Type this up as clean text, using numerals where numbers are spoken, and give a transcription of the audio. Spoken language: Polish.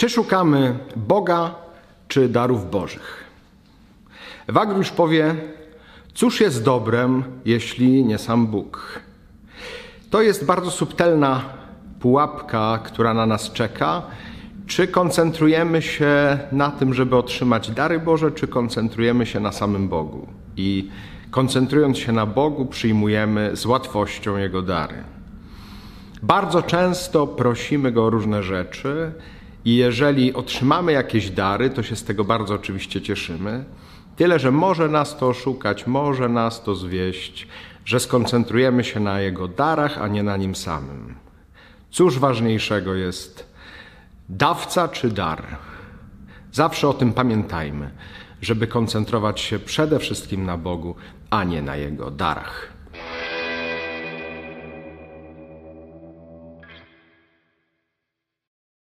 Czy szukamy Boga, czy darów Bożych? Ewagriusz powie, cóż jest dobrem, jeśli nie sam Bóg? To jest bardzo subtelna pułapka, która na nas czeka. Czy koncentrujemy się na tym, żeby otrzymać dary Boże, czy koncentrujemy się na samym Bogu? I koncentrując się na Bogu, przyjmujemy z łatwością Jego dary. Bardzo często prosimy Go o różne rzeczy i jeżeli otrzymamy jakieś dary, to się z tego bardzo oczywiście cieszymy. Tyle, że może nas to oszukać, może nas to zwieść, że skoncentrujemy się na Jego darach, a nie na Nim samym. Cóż ważniejszego jest, dawca czy dar? Zawsze o tym pamiętajmy, żeby koncentrować się przede wszystkim na Bogu, a nie na Jego darach.